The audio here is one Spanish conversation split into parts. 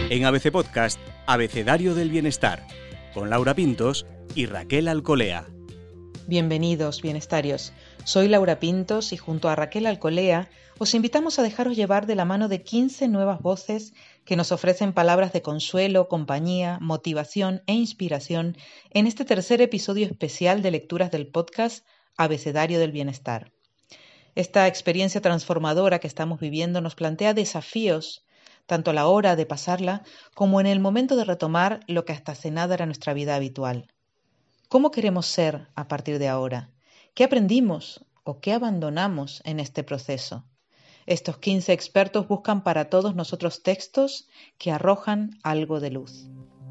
En ABC Podcast, Abecedario del Bienestar, con Laura Pintos y Raquel Alcolea. Bienvenidos, bienestarios. Soy Laura Pintos y junto a Raquel Alcolea os invitamos a dejaros llevar de la mano de 15 nuevas voces que nos ofrecen palabras de consuelo, compañía, motivación e inspiración en este tercer episodio especial de lecturas del podcast Abecedario del Bienestar. Esta experiencia transformadora que estamos viviendo nos plantea desafíos, tanto a la hora de pasarla como en el momento de retomar lo que hasta hace nada era nuestra vida habitual. ¿Cómo queremos ser a partir de ahora? ¿Qué aprendimos o qué abandonamos en este proceso? Estos 15 expertos buscan para todos nosotros textos que arrojan algo de luz.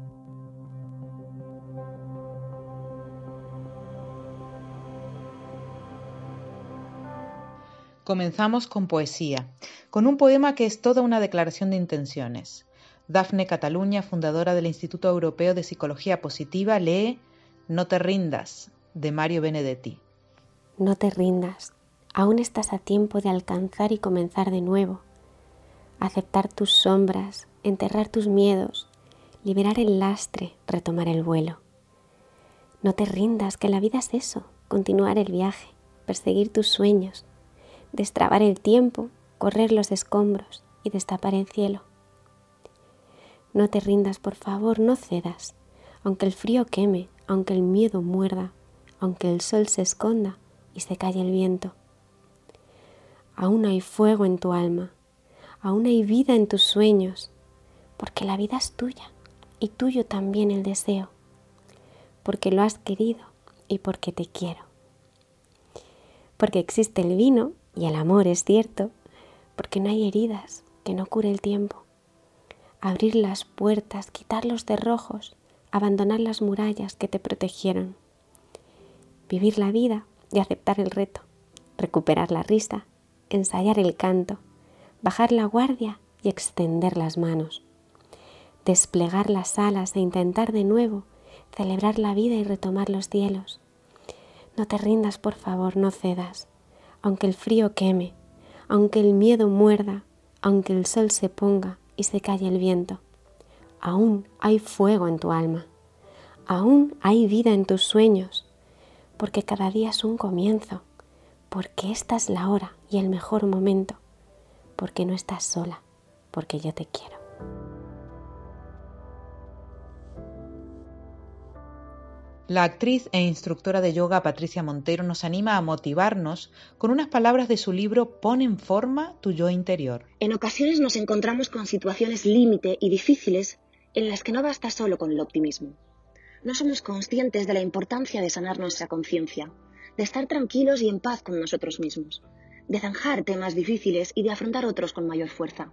Comenzamos con poesía, con un poema que es toda una declaración de intenciones. Dafne Cataluña, fundadora del Instituto Europeo de Psicología Positiva, lee No te rindas, de Mario Benedetti. No te rindas, aún estás a tiempo de alcanzar y comenzar de nuevo. Aceptar tus sombras, enterrar tus miedos, liberar el lastre, retomar el vuelo. No te rindas, que la vida es eso, continuar el viaje, perseguir tus sueños, destrabar el tiempo, correr los escombros y destapar el cielo. No te rindas, por favor, no cedas, aunque el frío queme, aunque el miedo muerda, aunque el sol se esconda y se calle el viento. Aún hay fuego en tu alma, aún hay vida en tus sueños, porque la vida es tuya y tuyo también el deseo, porque lo has querido y porque te quiero. Porque existe el vino y el amor es cierto, porque no hay heridas que no cure el tiempo. Abrir las puertas, quitar los cerrojos, abandonar las murallas que te protegieron. Vivir la vida y aceptar el reto, recuperar la risa, ensayar el canto, bajar la guardia y extender las manos. Desplegar las alas e intentar de nuevo celebrar la vida y retomar los cielos. No te rindas, por favor, no cedas, aunque el frío queme, aunque el miedo muerda, aunque el sol se ponga y se calle el viento. Aún hay fuego en tu alma, aún hay vida en tus sueños, porque cada día es un comienzo, porque esta es la hora y el mejor momento, porque no estás sola, porque yo te quiero. La actriz e instructora de yoga Patricia Montero nos anima a motivarnos con unas palabras de su libro Pon en forma tu yo interior. En ocasiones nos encontramos con situaciones límite y difíciles en las que no basta solo con el optimismo. No somos conscientes de la importancia de sanar nuestra conciencia, de estar tranquilos y en paz con nosotros mismos, de zanjar temas difíciles y de afrontar otros con mayor fuerza.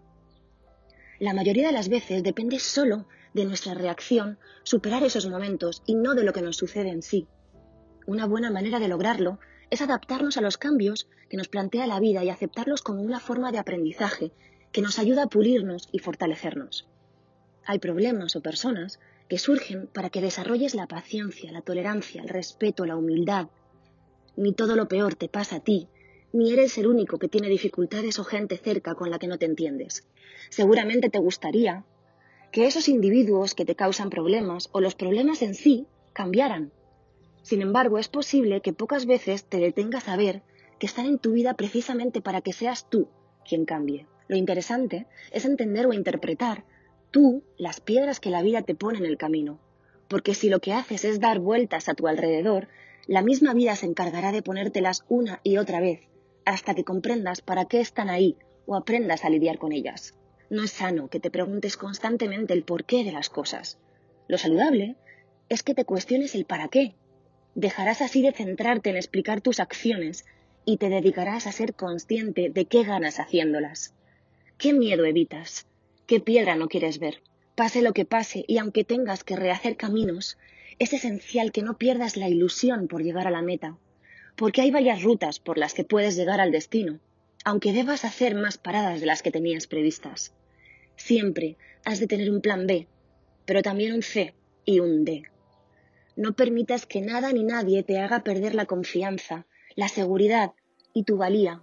La mayoría de las veces depende solo de nuestra reacción superar esos momentos y no de lo que nos sucede en sí. Una buena manera de lograrlo es adaptarnos a los cambios que nos plantea la vida y aceptarlos como una forma de aprendizaje que nos ayuda a pulirnos y fortalecernos. Hay problemas o personas que surgen para que desarrolles la paciencia, la tolerancia, el respeto, la humildad. Ni todo lo peor te pasa a ti, ni eres el único que tiene dificultades o gente cerca con la que no te entiendes. Seguramente te gustaría que esos individuos que te causan problemas o los problemas en sí cambiaran. Sin embargo, es posible que pocas veces te detengas a ver que están en tu vida precisamente para que seas tú quien cambie. Lo interesante es entender o interpretar tú las piedras que la vida te pone en el camino, porque si lo que haces es dar vueltas a tu alrededor, la misma vida se encargará de ponértelas una y otra vez, hasta que comprendas para qué están ahí o aprendas a lidiar con ellas. No es sano que te preguntes constantemente el porqué de las cosas. Lo saludable es que te cuestiones el para qué. Dejarás así de centrarte en explicar tus acciones y te dedicarás a ser consciente de qué ganas haciéndolas. ¿Qué miedo evitas? ¿Qué piedra no quieres ver? Pase lo que pase y aunque tengas que rehacer caminos, es esencial que no pierdas la ilusión por llegar a la meta, porque hay varias rutas por las que puedes llegar al destino, aunque debas hacer más paradas de las que tenías previstas. Siempre has de tener un plan B, pero también un C y un D. No permitas que nada ni nadie te haga perder la confianza, la seguridad y tu valía.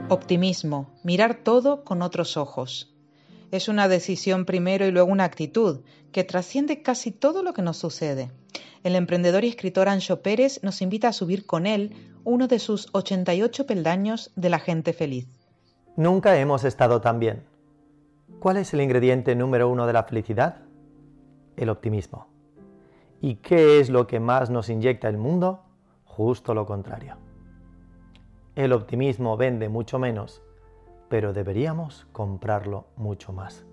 Optimismo, mirar todo con otros ojos. Es una decisión primero y luego una actitud que trasciende casi todo lo que nos sucede. El emprendedor y escritor Anxo Pérez nos invita a subir con él uno de sus 88 peldaños de la gente feliz. Nunca hemos estado tan bien. ¿Cuál es el ingrediente número 1 de la felicidad? El optimismo. ¿Y qué es lo que más nos inyecta el mundo? Justo lo contrario. El optimismo vende mucho menos, pero deberíamos comprarlo mucho más.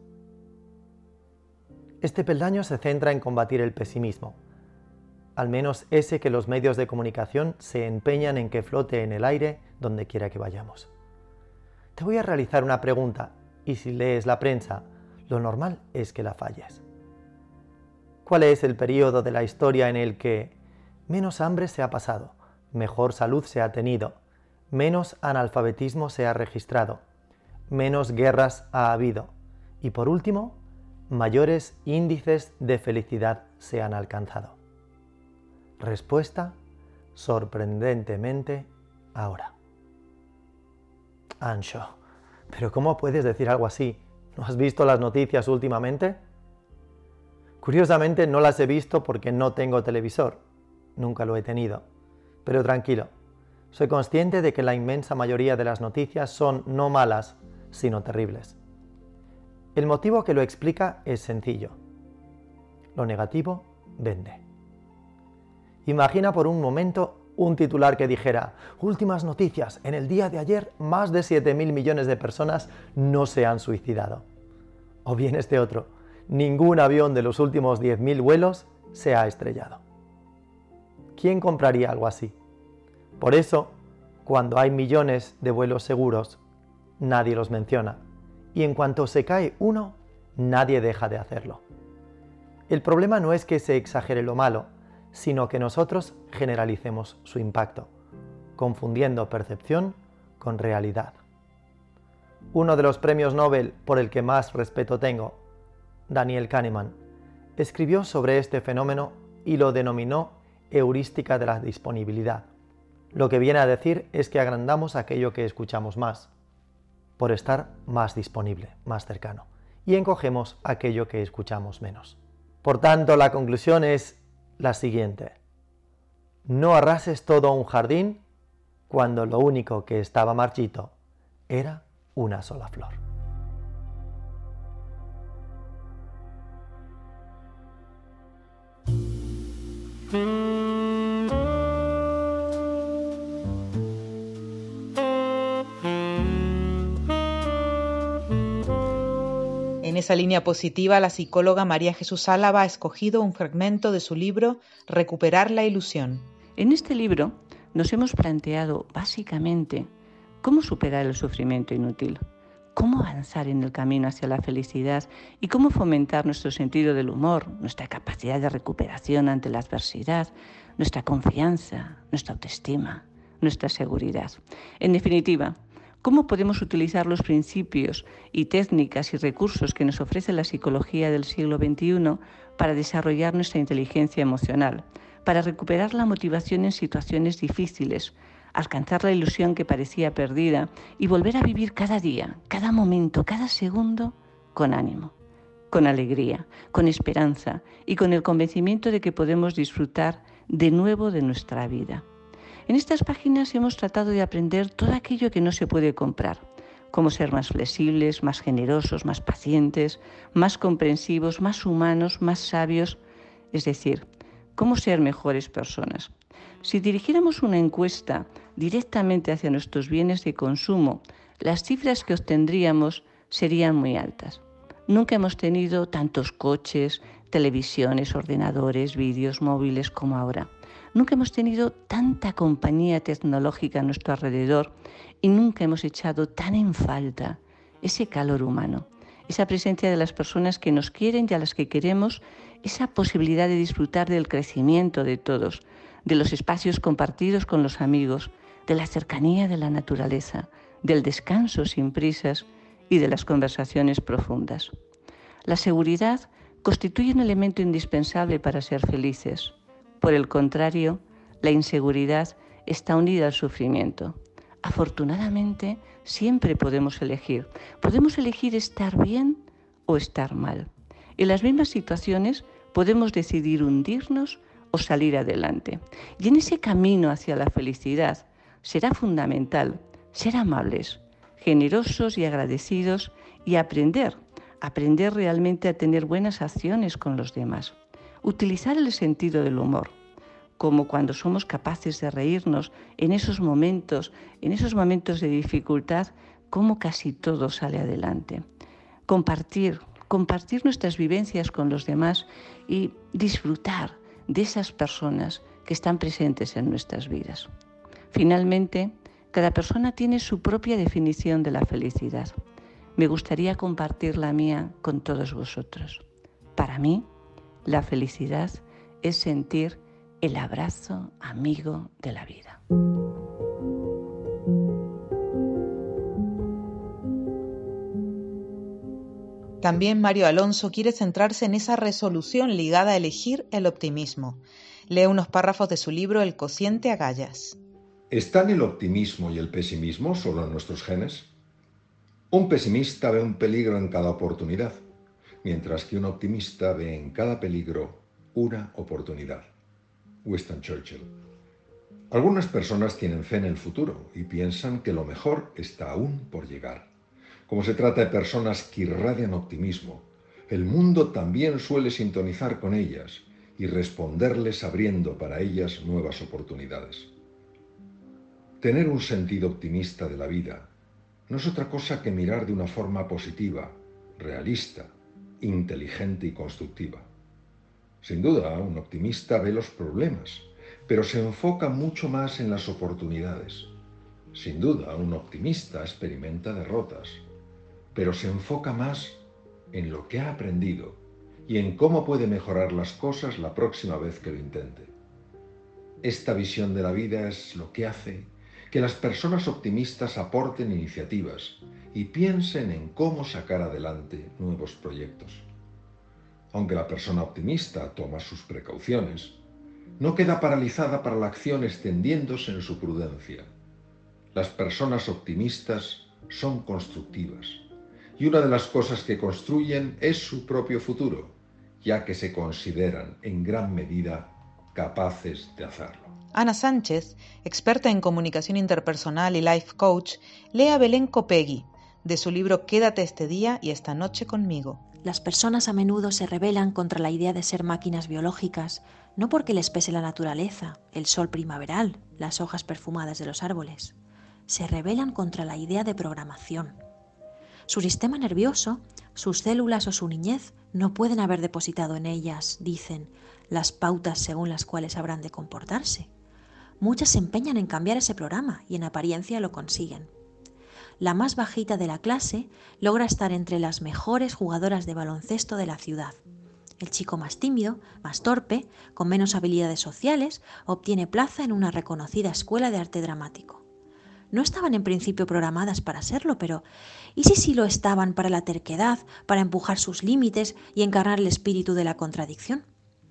Este peldaño se centra en combatir el pesimismo, al menos ese que los medios de comunicación se empeñan en que flote en el aire donde quiera que vayamos. Te voy a realizar una pregunta y si lees la prensa, lo normal es que la falles. ¿Cuál es el periodo de la historia en el que menos hambre se ha pasado, mejor salud se ha tenido, menos analfabetismo se ha registrado, menos guerras ha habido y por último, mayores índices de felicidad se han alcanzado? Respuesta, sorprendentemente, ahora. Anxo, ¿pero cómo puedes decir algo así? ¿No has visto las noticias últimamente? Curiosamente no las he visto porque no tengo televisor, nunca lo he tenido. Pero tranquilo, soy consciente de que la inmensa mayoría de las noticias son no malas, sino terribles. El motivo que lo explica es sencillo. Lo negativo vende. Imagina por un momento un titular que dijera: últimas noticias, en el día de ayer más de 7.000 millones de personas no se han suicidado. O bien este otro: ningún avión de los últimos 10.000 vuelos se ha estrellado. ¿Quién compraría algo así? Por eso, cuando hay millones de vuelos seguros, nadie los menciona. Y en cuanto se cae uno, nadie deja de hacerlo. El problema no es que se exagere lo malo, sino que nosotros generalicemos su impacto, confundiendo percepción con realidad. Uno de los premios Nobel por el que más respeto tengo, Daniel Kahneman, escribió sobre este fenómeno y lo denominó heurística de la disponibilidad. Lo que viene a decir es que agrandamos aquello que escuchamos más, por estar más disponible, más cercano, y encogemos aquello que escuchamos menos. Por tanto, la conclusión es la siguiente: no arrases todo un jardín cuando lo único que estaba marchito era una sola flor. En esa línea positiva, la psicóloga María Jesús Álava ha escogido un fragmento de su libro Recuperar la ilusión. En este libro nos hemos planteado básicamente cómo superar el sufrimiento inútil, cómo avanzar en el camino hacia la felicidad y cómo fomentar nuestro sentido del humor, nuestra capacidad de recuperación ante la adversidad, nuestra confianza, nuestra autoestima, nuestra seguridad. En definitiva, ¿cómo podemos utilizar los principios y técnicas y recursos que nos ofrece la psicología del siglo XXI para desarrollar nuestra inteligencia emocional, para recuperar la motivación en situaciones difíciles, alcanzar la ilusión que parecía perdida y volver a vivir cada día, cada momento, cada segundo con ánimo, con alegría, con esperanza y con el convencimiento de que podemos disfrutar de nuevo de nuestra vida? En estas páginas hemos tratado de aprender todo aquello que no se puede comprar, cómo ser más flexibles, más generosos, más pacientes, más comprensivos, más humanos, más sabios, es decir, cómo ser mejores personas. Si dirigiéramos una encuesta directamente hacia nuestros bienes de consumo, las cifras que obtendríamos serían muy altas. Nunca hemos tenido tantos coches, televisiones, ordenadores, vídeos, móviles como ahora. Nunca hemos tenido tanta compañía tecnológica a nuestro alrededor y nunca hemos echado tan en falta ese calor humano, esa presencia de las personas que nos quieren y a las que queremos, esa posibilidad de disfrutar del crecimiento de todos, de los espacios compartidos con los amigos, de la cercanía de la naturaleza, del descanso sin prisas y de las conversaciones profundas. La seguridad constituye un elemento indispensable para ser felices. Por el contrario, la inseguridad está unida al sufrimiento. Afortunadamente, siempre podemos elegir. Podemos elegir estar bien o estar mal. En las mismas situaciones podemos decidir hundirnos o salir adelante. Y en ese camino hacia la felicidad será fundamental ser amables, generosos y agradecidos y aprender realmente a tener buenas acciones con los demás. Utilizar el sentido del humor, como cuando somos capaces de reírnos en esos momentos de dificultad, como casi todo sale adelante. Compartir nuestras vivencias con los demás y disfrutar de esas personas que están presentes en nuestras vidas. Finalmente, cada persona tiene su propia definición de la felicidad. Me gustaría compartir la mía con todos vosotros. Para mí, la felicidad es sentir el abrazo amigo de la vida. También Mario Alonso quiere centrarse en esa resolución ligada a elegir el optimismo. Lee unos párrafos de su libro El cociente Agallas. ¿Están el optimismo y el pesimismo solo en nuestros genes? Un pesimista ve un peligro en cada oportunidad, mientras que un optimista ve en cada peligro una oportunidad. Winston Churchill. Algunas personas tienen fe en el futuro y piensan que lo mejor está aún por llegar. Como se trata de personas que irradian optimismo, el mundo también suele sintonizar con ellas y responderles abriendo para ellas nuevas oportunidades. Tener un sentido optimista de la vida no es otra cosa que mirar de una forma positiva, realista, inteligente y constructiva. Sin duda, un optimista ve los problemas, pero se enfoca mucho más en las oportunidades. Sin duda, un optimista experimenta derrotas, pero se enfoca más en lo que ha aprendido y en cómo puede mejorar las cosas la próxima vez que lo intente. Esta visión de la vida es lo que hace que las personas optimistas aporten iniciativas y piensen en cómo sacar adelante nuevos proyectos. Aunque la persona optimista toma sus precauciones, no queda paralizada para la acción extendiéndose en su prudencia. Las personas optimistas son constructivas y una de las cosas que construyen es su propio futuro, ya que se consideran en gran medida capaces de hacerlo. Ana Sánchez, experta en comunicación interpersonal y life coach, lee a Belén Copegui, de su libro Quédate este día y esta noche conmigo. Las personas a menudo se rebelan contra la idea de ser máquinas biológicas, no porque les pese la naturaleza, el sol primaveral, las hojas perfumadas de los árboles. Se rebelan contra la idea de programación. Su sistema nervioso, sus células o su niñez no pueden haber depositado en ellas, dicen, las pautas según las cuales habrán de comportarse. Muchas se empeñan en cambiar ese programa y en apariencia lo consiguen. La más bajita de la clase logra estar entre las mejores jugadoras de baloncesto de la ciudad. El chico más tímido, más torpe, con menos habilidades sociales, obtiene plaza en una reconocida escuela de arte dramático. No estaban en principio programadas para serlo, pero ¿y si sí lo estaban para la terquedad, para empujar sus límites y encarnar el espíritu de la contradicción?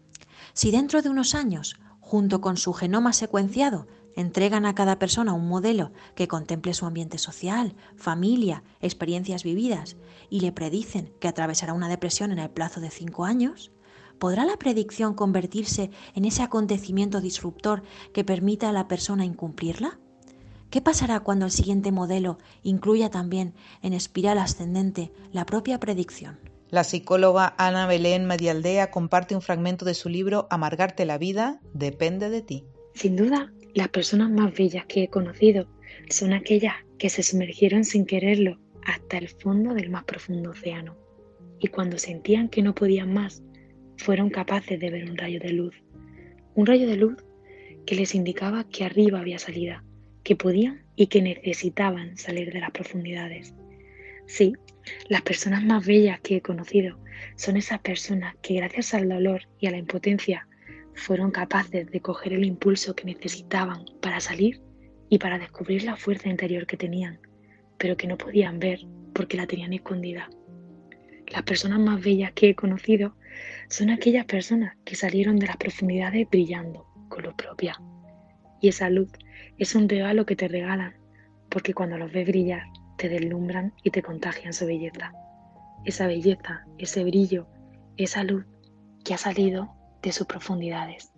Si dentro de unos años, junto con su genoma secuenciado, entregan a cada persona un modelo que contemple su ambiente social, familia, experiencias vividas y le predicen que atravesará una depresión en el plazo de 5 años, ¿podrá la predicción convertirse en ese acontecimiento disruptor que permita a la persona incumplirla? ¿Qué pasará cuando el siguiente modelo incluya también en espiral ascendente la propia predicción? La psicóloga Ana Belén Medialdea comparte un fragmento de su libro Amargarte la vida depende de ti. Sin duda, las personas más bellas que he conocido son aquellas que se sumergieron sin quererlo hasta el fondo del más profundo océano. Y cuando sentían que no podían más, fueron capaces de ver un rayo de luz. Un rayo de luz que les indicaba que arriba había salida, que podían y que necesitaban salir de las profundidades. Sí, las personas más bellas que he conocido son esas personas que gracias al dolor y a la impotencia fueron capaces de coger el impulso que necesitaban para salir y para descubrir la fuerza interior que tenían, pero que no podían ver porque la tenían escondida. Las personas más bellas que he conocido son aquellas personas que salieron de las profundidades brillando con luz propia. Y esa luz es un regalo que te regalan, porque cuando los ves brillar, te deslumbran y te contagian su belleza. Esa belleza, ese brillo, esa luz que ha salido de sus profundidades.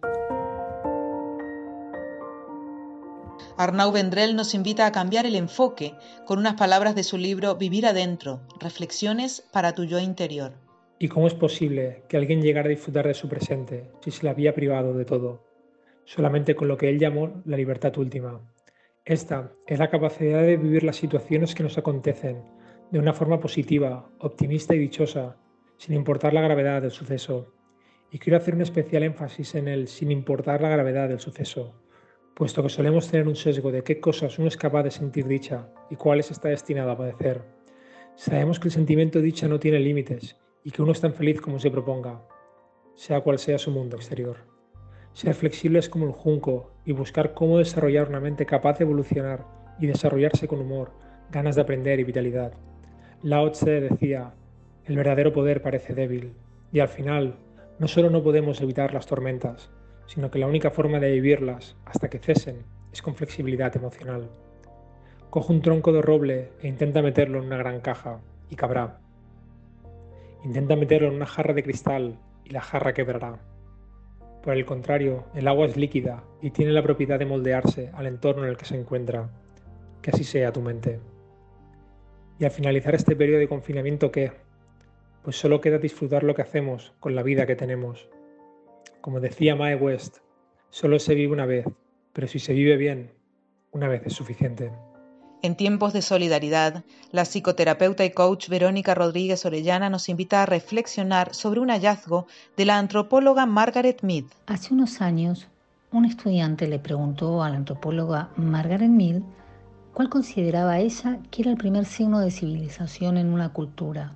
Arnau Vendrell nos invita a cambiar el enfoque con unas palabras de su libro Vivir adentro, reflexiones para tu yo interior. ¿Y cómo es posible que alguien llegara a disfrutar de su presente si se le había privado de todo? Solamente con lo que él llamó la libertad última. Esta es la capacidad de vivir las situaciones que nos acontecen de una forma positiva, optimista y dichosa, sin importar la gravedad del suceso. Y quiero hacer un especial énfasis en el sin importar la gravedad del suceso, puesto que solemos tener un sesgo de qué cosas uno es capaz de sentir dicha y cuáles está destinado a padecer. Sabemos que el sentimiento de dicha no tiene límites y que uno es tan feliz como se proponga, sea cual sea su mundo exterior. Ser flexible es como un junco y buscar cómo desarrollar una mente capaz de evolucionar y desarrollarse con humor, ganas de aprender y vitalidad. Lao Tse decía, el verdadero poder parece débil y al final no solo no podemos evitar las tormentas, sino que la única forma de vivirlas hasta que cesen es con flexibilidad emocional. Coge un tronco de roble e intenta meterlo en una gran caja y cabrá. Intenta meterlo en una jarra de cristal y la jarra quebrará. Por el contrario, el agua es líquida y tiene la propiedad de moldearse al entorno en el que se encuentra. Que así sea tu mente. Y al finalizar este periodo de confinamiento, ¿qué? Pues solo queda disfrutar lo que hacemos con la vida que tenemos. Como decía Mae West, solo se vive una vez, pero si se vive bien, una vez es suficiente. En tiempos de solidaridad, la psicoterapeuta y coach Verónica Rodríguez Orellana nos invita a reflexionar sobre un hallazgo de la antropóloga Margaret Mead. Hace unos años, un estudiante le preguntó a la antropóloga Margaret Mead cuál consideraba ella que era el primer signo de civilización en una cultura.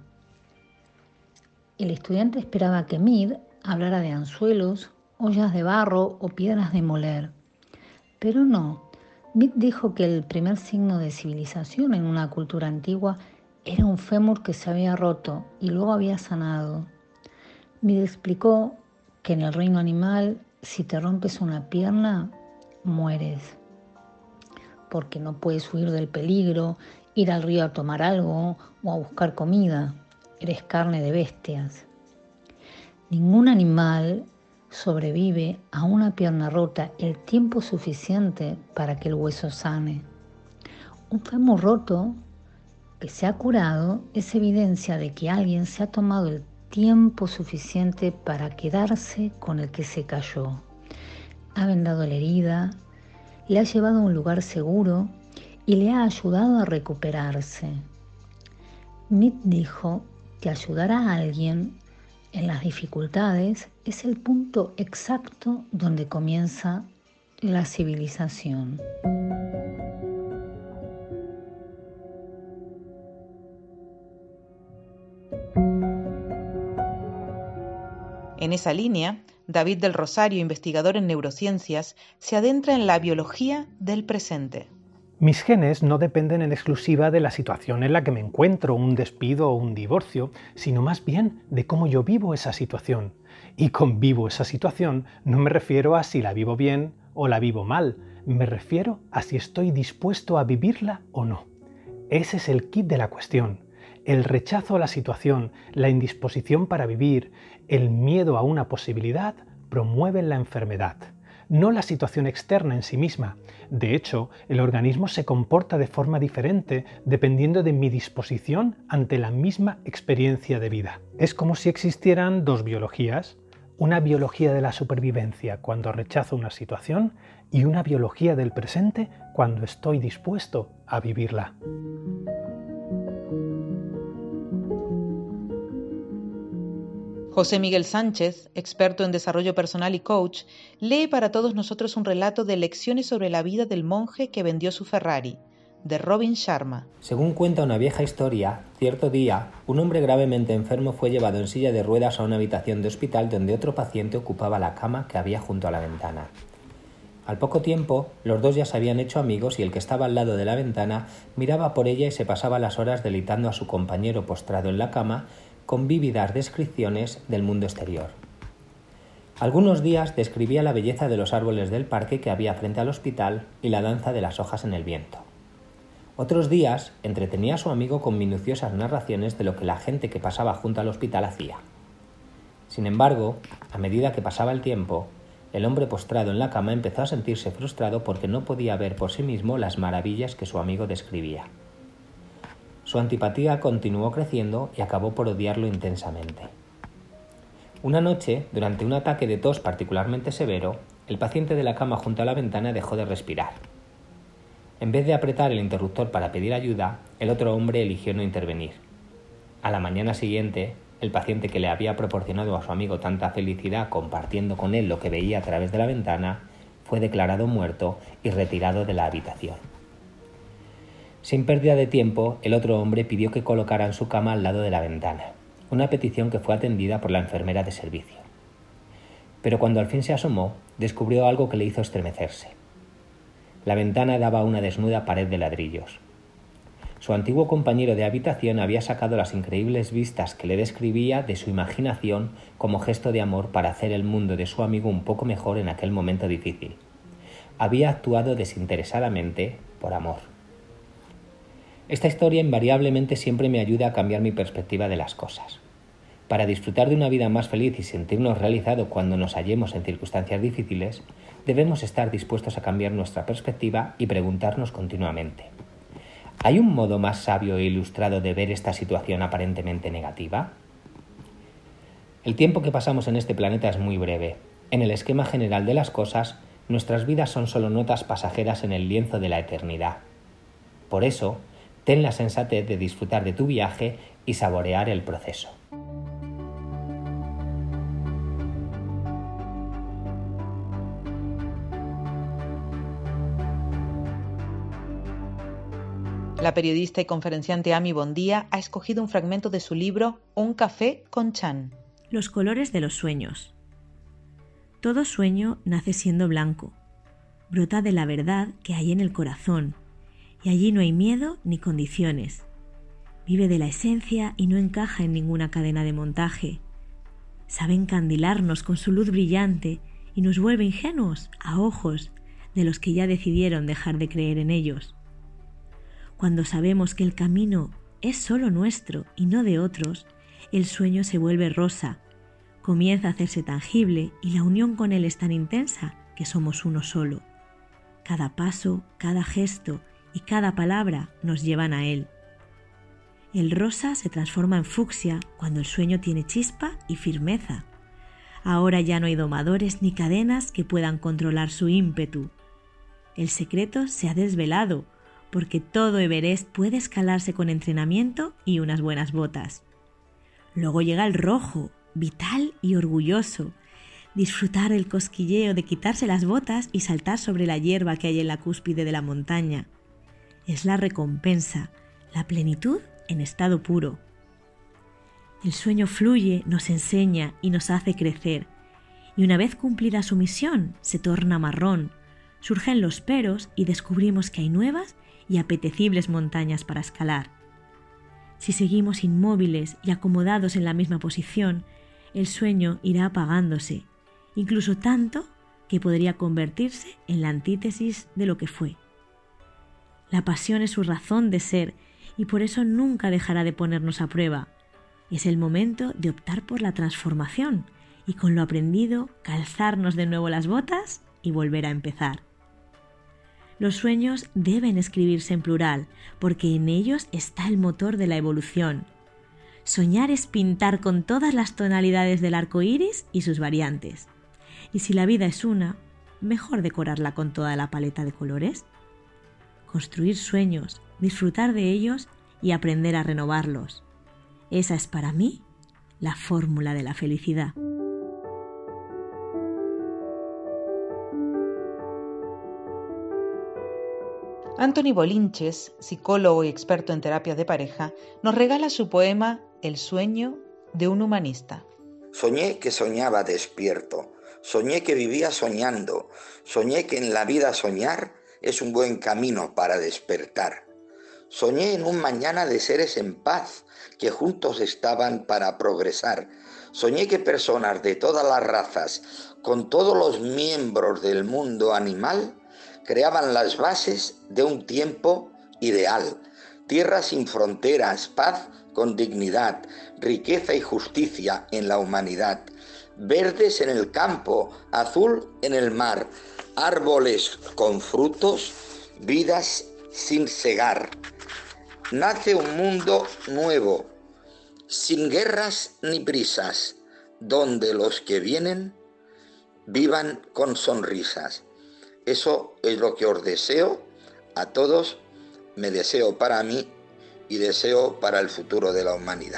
El estudiante esperaba que Mead hablara de anzuelos, ollas de barro o piedras de moler, pero no. Mead dijo que el primer signo de civilización en una cultura antigua era un fémur que se había roto y luego había sanado. Mead explicó que en el reino animal, si te rompes una pierna, mueres, porque no puedes huir del peligro, ir al río a tomar algo o a buscar comida. Eres carne de bestias. Ningún animal sobrevive a una pierna rota el tiempo suficiente para que el hueso sane. Un fémur roto que se ha curado es evidencia de que alguien se ha tomado el tiempo suficiente para quedarse con el que se cayó. Ha vendado la herida, le ha llevado a un lugar seguro y le ha ayudado a recuperarse. Mead dijo que ayudar a alguien en las dificultades es el punto exacto donde comienza la civilización. En esa línea, David del Rosario, investigador en neurociencias, se adentra en la biología del presente. Mis genes no dependen en exclusiva de la situación en la que me encuentro, un despido o un divorcio, sino más bien de cómo yo vivo esa situación. Y con vivo esa situación no me refiero a si la vivo bien o la vivo mal, me refiero a si estoy dispuesto a vivirla o no. Ese es el quid de la cuestión. El rechazo a la situación, la indisposición para vivir, el miedo a una posibilidad promueven la enfermedad. No la situación externa en sí misma. De hecho, el organismo se comporta de forma diferente dependiendo de mi disposición ante la misma experiencia de vida. Es como si existieran dos biologías, una biología de la supervivencia cuando rechazo una situación y una biología del presente cuando estoy dispuesto a vivirla. José Miguel Sánchez, experto en desarrollo personal y coach, lee para todos nosotros un relato de lecciones sobre la vida del monje que vendió su Ferrari, de Robin Sharma. Según cuenta una vieja historia, cierto día, un hombre gravemente enfermo fue llevado en silla de ruedas a una habitación de hospital donde otro paciente ocupaba la cama que había junto a la ventana. Al poco tiempo, los dos ya se habían hecho amigos y el que estaba al lado de la ventana miraba por ella y se pasaba las horas deleitando a su compañero postrado en la cama con vívidas descripciones del mundo exterior. Algunos días describía la belleza de los árboles del parque que había frente al hospital y la danza de las hojas en el viento. Otros días entretenía a su amigo con minuciosas narraciones de lo que la gente que pasaba junto al hospital hacía. Sin embargo, a medida que pasaba el tiempo, el hombre postrado en la cama empezó a sentirse frustrado porque no podía ver por sí mismo las maravillas que su amigo describía. Su antipatía continuó creciendo y acabó por odiarlo intensamente. Una noche, durante un ataque de tos particularmente severo, el paciente de la cama junto a la ventana dejó de respirar. En vez de apretar el interruptor para pedir ayuda, el otro hombre eligió no intervenir. A la mañana siguiente, el paciente que le había proporcionado a su amigo tanta felicidad compartiendo con él lo que veía a través de la ventana, fue declarado muerto y retirado de la habitación. Sin pérdida de tiempo, el otro hombre pidió que colocaran su cama al lado de la ventana, una petición que fue atendida por la enfermera de servicio. Pero cuando al fin se asomó, descubrió algo que le hizo estremecerse. La ventana daba a una desnuda pared de ladrillos. Su antiguo compañero de habitación había sacado las increíbles vistas que le describía de su imaginación como gesto de amor para hacer el mundo de su amigo un poco mejor en aquel momento difícil. Había actuado desinteresadamente por amor. Esta historia invariablemente siempre me ayuda a cambiar mi perspectiva de las cosas. Para disfrutar de una vida más feliz y sentirnos realizados cuando nos hallemos en circunstancias difíciles, debemos estar dispuestos a cambiar nuestra perspectiva y preguntarnos continuamente: ¿hay un modo más sabio e ilustrado de ver esta situación aparentemente negativa? El tiempo que pasamos en este planeta es muy breve. En el esquema general de las cosas, nuestras vidas son solo notas pasajeras en el lienzo de la eternidad. Por eso, ten la sensatez de disfrutar de tu viaje y saborear el proceso. La periodista y conferenciante Ami Bondía ha escogido un fragmento de su libro Un café con Chan. Los colores de los sueños. Todo sueño nace siendo blanco, brota de la verdad que hay en el corazón, y allí no hay miedo ni condiciones. Vive de la esencia y no encaja en ninguna cadena de montaje. Sabe encandilarnos con su luz brillante y nos vuelve ingenuos a ojos de los que ya decidieron dejar de creer en ellos. Cuando sabemos que el camino es solo nuestro y no de otros, el sueño se vuelve rosa, comienza a hacerse tangible y la unión con él es tan intensa que somos uno solo. Cada paso, cada gesto y cada palabra nos llevan a él. El rosa se transforma en fucsia cuando el sueño tiene chispa y firmeza. Ahora ya no hay domadores ni cadenas que puedan controlar su ímpetu. El secreto se ha desvelado, porque todo Everest puede escalarse con entrenamiento y unas buenas botas. Luego llega el rojo, vital y orgulloso. Disfrutar el cosquilleo de quitarse las botas y saltar sobre la hierba que hay en la cúspide de la montaña. Es la recompensa, la plenitud en estado puro. El sueño fluye, nos enseña y nos hace crecer. Y una vez cumplida su misión, se torna marrón. Surgen los peros y descubrimos que hay nuevas y apetecibles montañas para escalar. Si seguimos inmóviles y acomodados en la misma posición, el sueño irá apagándose, incluso tanto que podría convertirse en la antítesis de lo que fue. La pasión es su razón de ser y por eso nunca dejará de ponernos a prueba. Es el momento de optar por la transformación y con lo aprendido calzarnos de nuevo las botas y volver a empezar. Los sueños deben escribirse en plural, porque en ellos está el motor de la evolución. Soñar es pintar con todas las tonalidades del arco iris y sus variantes. Y si la vida es una, mejor decorarla con toda la paleta de colores. Construir sueños, disfrutar de ellos y aprender a renovarlos. Esa es para mí la fórmula de la felicidad. Anthony Bolinches, psicólogo y experto en terapias de pareja, nos regala su poema El sueño de un humanista. Soñé que soñaba despierto, soñé que vivía soñando, soñé que en la vida soñar es un buen camino para despertar. Soñé en un mañana de seres en paz, que juntos estaban para progresar. Soñé que personas de todas las razas, con todos los miembros del mundo animal, creaban las bases de un tiempo ideal. Tierra sin fronteras, paz con dignidad, riqueza y justicia en la humanidad. Verdes en el campo, azul en el mar, árboles con frutos, vidas sin cegar. Nace un mundo nuevo, sin guerras ni prisas, donde los que vienen vivan con sonrisas. Eso es lo que os deseo a todos, me deseo para mí y deseo para el futuro de la humanidad.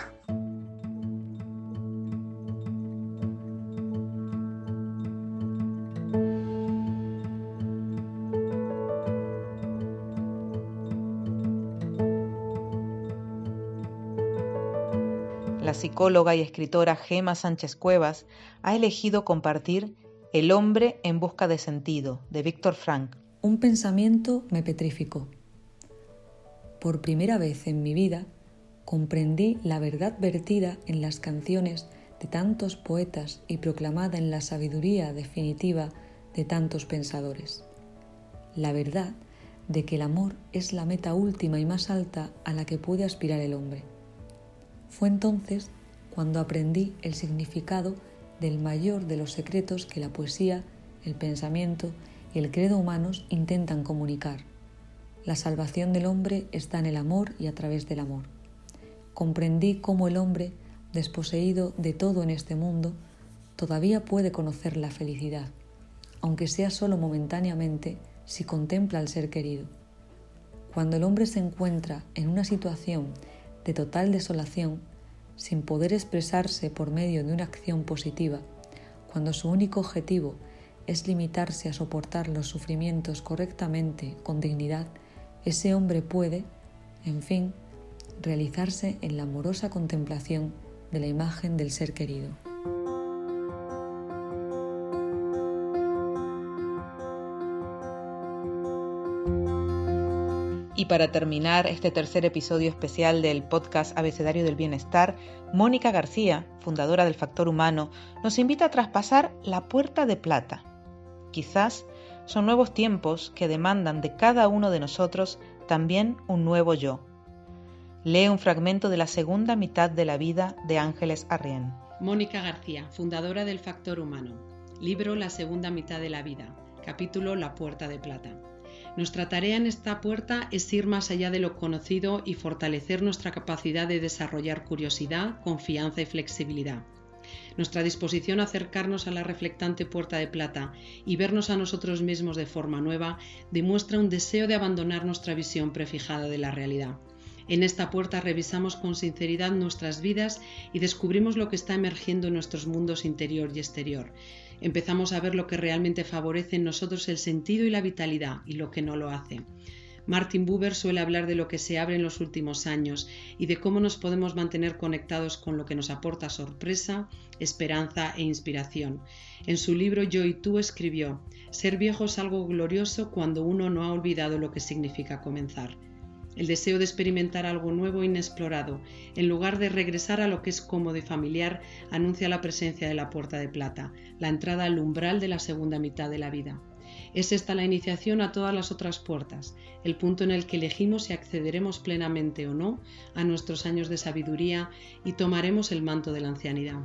La psicóloga y escritora Gema Sánchez Cuevas ha elegido compartir El hombre en busca de sentido, de Víctor Frank. Un pensamiento me petrificó. Por primera vez en mi vida comprendí la verdad vertida en las canciones de tantos poetas y proclamada en la sabiduría definitiva de tantos pensadores. La verdad de que el amor es la meta última y más alta a la que puede aspirar el hombre. Fue entonces cuando aprendí el significado del mayor de los secretos que la poesía, el pensamiento y el credo humanos intentan comunicar. La salvación del hombre está en el amor y a través del amor. Comprendí cómo el hombre, desposeído de todo en este mundo, todavía puede conocer la felicidad, aunque sea solo momentáneamente si contempla al ser querido. Cuando el hombre se encuentra en una situación de total desolación, sin poder expresarse por medio de una acción positiva, cuando su único objetivo es limitarse a soportar los sufrimientos correctamente, con dignidad, ese hombre puede, en fin, realizarse en la amorosa contemplación de la imagen del ser querido. Y para terminar este tercer episodio especial del podcast Abecedario del Bienestar, Mónica García, fundadora del Factor Humano, nos invita a traspasar la puerta de plata. Quizás son nuevos tiempos que demandan de cada uno de nosotros también un nuevo yo. Lee un fragmento de la segunda mitad de la vida de Ángeles Arrién. Mónica García, fundadora del Factor Humano. Libro La segunda mitad de la vida. Capítulo La puerta de plata. Nuestra tarea en esta puerta es ir más allá de lo conocido y fortalecer nuestra capacidad de desarrollar curiosidad, confianza y flexibilidad. Nuestra disposición a acercarnos a la reflectante puerta de plata y vernos a nosotros mismos de forma nueva demuestra un deseo de abandonar nuestra visión prefijada de la realidad. En esta puerta revisamos con sinceridad nuestras vidas y descubrimos lo que está emergiendo en nuestros mundos interior y exterior. Empezamos a ver lo que realmente favorece en nosotros el sentido y la vitalidad y lo que no lo hace. Martin Buber suele hablar de lo que se abre en los últimos años y de cómo nos podemos mantener conectados con lo que nos aporta sorpresa, esperanza e inspiración. En su libro Yo y tú escribió: «Ser viejo es algo glorioso cuando uno no ha olvidado lo que significa comenzar». El deseo de experimentar algo nuevo e inexplorado, en lugar de regresar a lo que es cómodo y familiar, anuncia la presencia de la puerta de plata, la entrada al umbral de la segunda mitad de la vida. Es esta la iniciación a todas las otras puertas, el punto en el que elegimos si accederemos plenamente o no a nuestros años de sabiduría y tomaremos el manto de la ancianidad.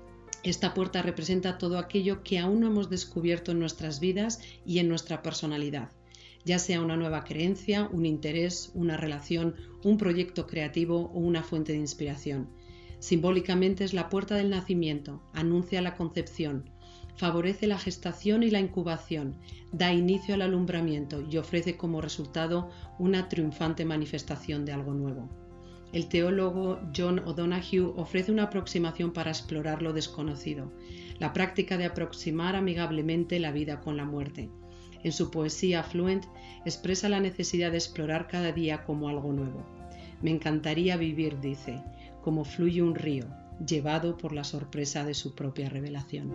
Esta puerta representa todo aquello que aún no hemos descubierto en nuestras vidas y en nuestra personalidad, ya sea una nueva creencia, un interés, una relación, un proyecto creativo o una fuente de inspiración. Simbólicamente es la puerta del nacimiento, anuncia la concepción, favorece la gestación y la incubación, da inicio al alumbramiento y ofrece como resultado una triunfante manifestación de algo nuevo. El teólogo John O'Donoghue ofrece una aproximación para explorar lo desconocido, la práctica de aproximar amigablemente la vida con la muerte. En su poesía Fluent expresa la necesidad de explorar cada día como algo nuevo. Me encantaría vivir, dice, como fluye un río, llevado por la sorpresa de su propia revelación.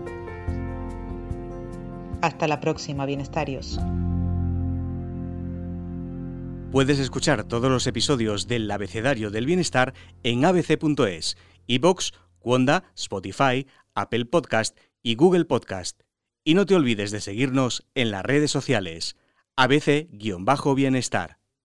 Hasta la próxima, bienestarios. Puedes escuchar todos los episodios del Abecedario del Bienestar en abc.es, iVoox, Wanda, Spotify, Apple Podcast y Google Podcast. Y no te olvides de seguirnos en las redes sociales, ABC-Bienestar.